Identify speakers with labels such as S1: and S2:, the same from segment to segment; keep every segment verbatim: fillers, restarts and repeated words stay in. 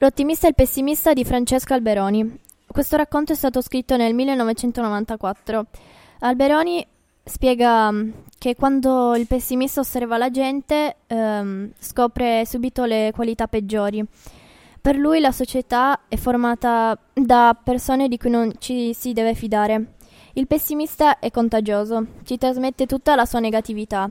S1: L'ottimista e il pessimista di Francesco Alberoni. Questo racconto è stato scritto nel millenovecentonovantaquattro. Alberoni spiega che quando il pessimista osserva la gente ehm, scopre subito le qualità peggiori. Per lui la società è formata da persone di cui non ci si deve fidare. Il pessimista è contagioso, ci trasmette tutta la sua negatività.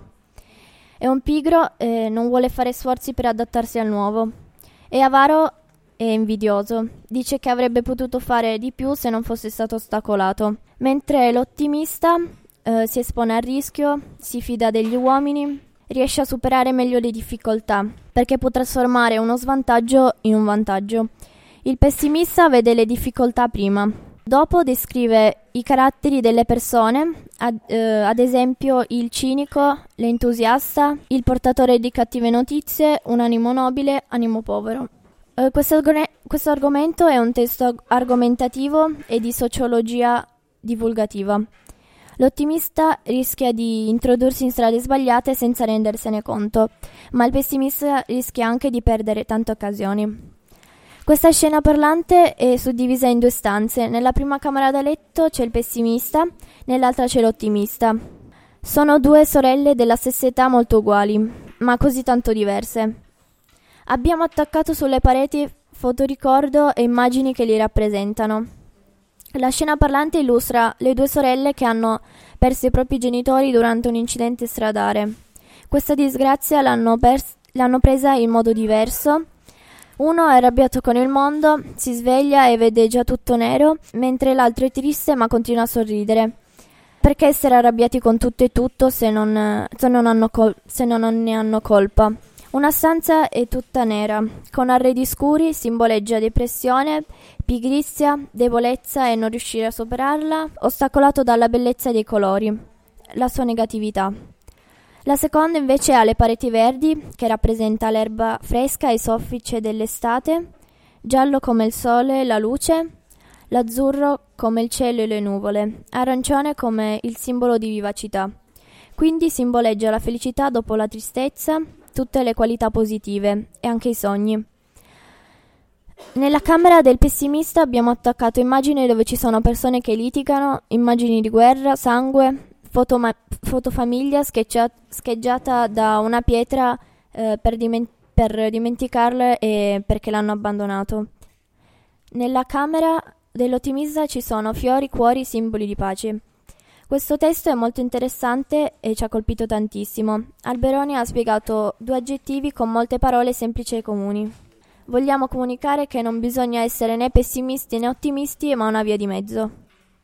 S1: È un pigro e non vuole fare sforzi per adattarsi al nuovo. È avaro e invidioso. Dice che avrebbe potuto fare di più se non fosse stato ostacolato. Mentre l'ottimista eh, si espone al rischio, si fida degli uomini, riesce a superare meglio le difficoltà, perché può trasformare uno svantaggio in un vantaggio. Il pessimista vede le difficoltà prima. Dopo descrive i caratteri delle persone, ad, eh, ad esempio il cinico, l'entusiasta, il portatore di cattive notizie, un animo nobile, animo povero. Uh, questo, argone- questo argomento è un testo argomentativo e di sociologia divulgativa. L'ottimista rischia di introdursi in strade sbagliate senza rendersene conto, ma il pessimista rischia anche di perdere tante occasioni. Questa scena parlante è suddivisa in due stanze. Nella prima camera da letto c'è il pessimista, nell'altra c'è l'ottimista. Sono due sorelle della stessa età molto uguali, ma così tanto diverse. Abbiamo attaccato sulle pareti fotoricordo e immagini che li rappresentano. La scena parlante illustra le due sorelle che hanno perso i propri genitori durante un incidente stradale. Questa disgrazia l'hanno, pers- l'hanno presa in modo diverso. Uno è arrabbiato con il mondo, si sveglia e vede già tutto nero, mentre l'altro è triste ma continua a sorridere. Perché essere arrabbiati con tutto e tutto se non, se non, hanno, col- se non ne hanno colpa? Una stanza è tutta nera, con arredi scuri, simboleggia depressione, pigrizia, debolezza e non riuscire a superarla, ostacolato dalla bellezza dei colori, la sua negatività. La seconda invece ha le pareti verdi, che rappresenta l'erba fresca e soffice dell'estate, giallo come il sole e la luce, l'azzurro come il cielo e le nuvole, arancione come il simbolo di vivacità. Quindi simboleggia la felicità dopo la tristezza, tutte le qualità positive e anche i sogni. Nella camera del pessimista abbiamo attaccato immagini dove ci sono persone che litigano, immagini di guerra, sangue, fotoma- fotofamiglia scheggia- scheggiata da una pietra eh, per, diment- per dimenticarla e perché l'hanno abbandonato. Nella camera dell'ottimista ci sono fiori, cuori, simboli di pace. Questo testo è molto interessante e ci ha colpito tantissimo. Alberoni ha spiegato due aggettivi con molte parole semplici e comuni. Vogliamo comunicare che non bisogna essere né pessimisti né ottimisti, ma una via di mezzo.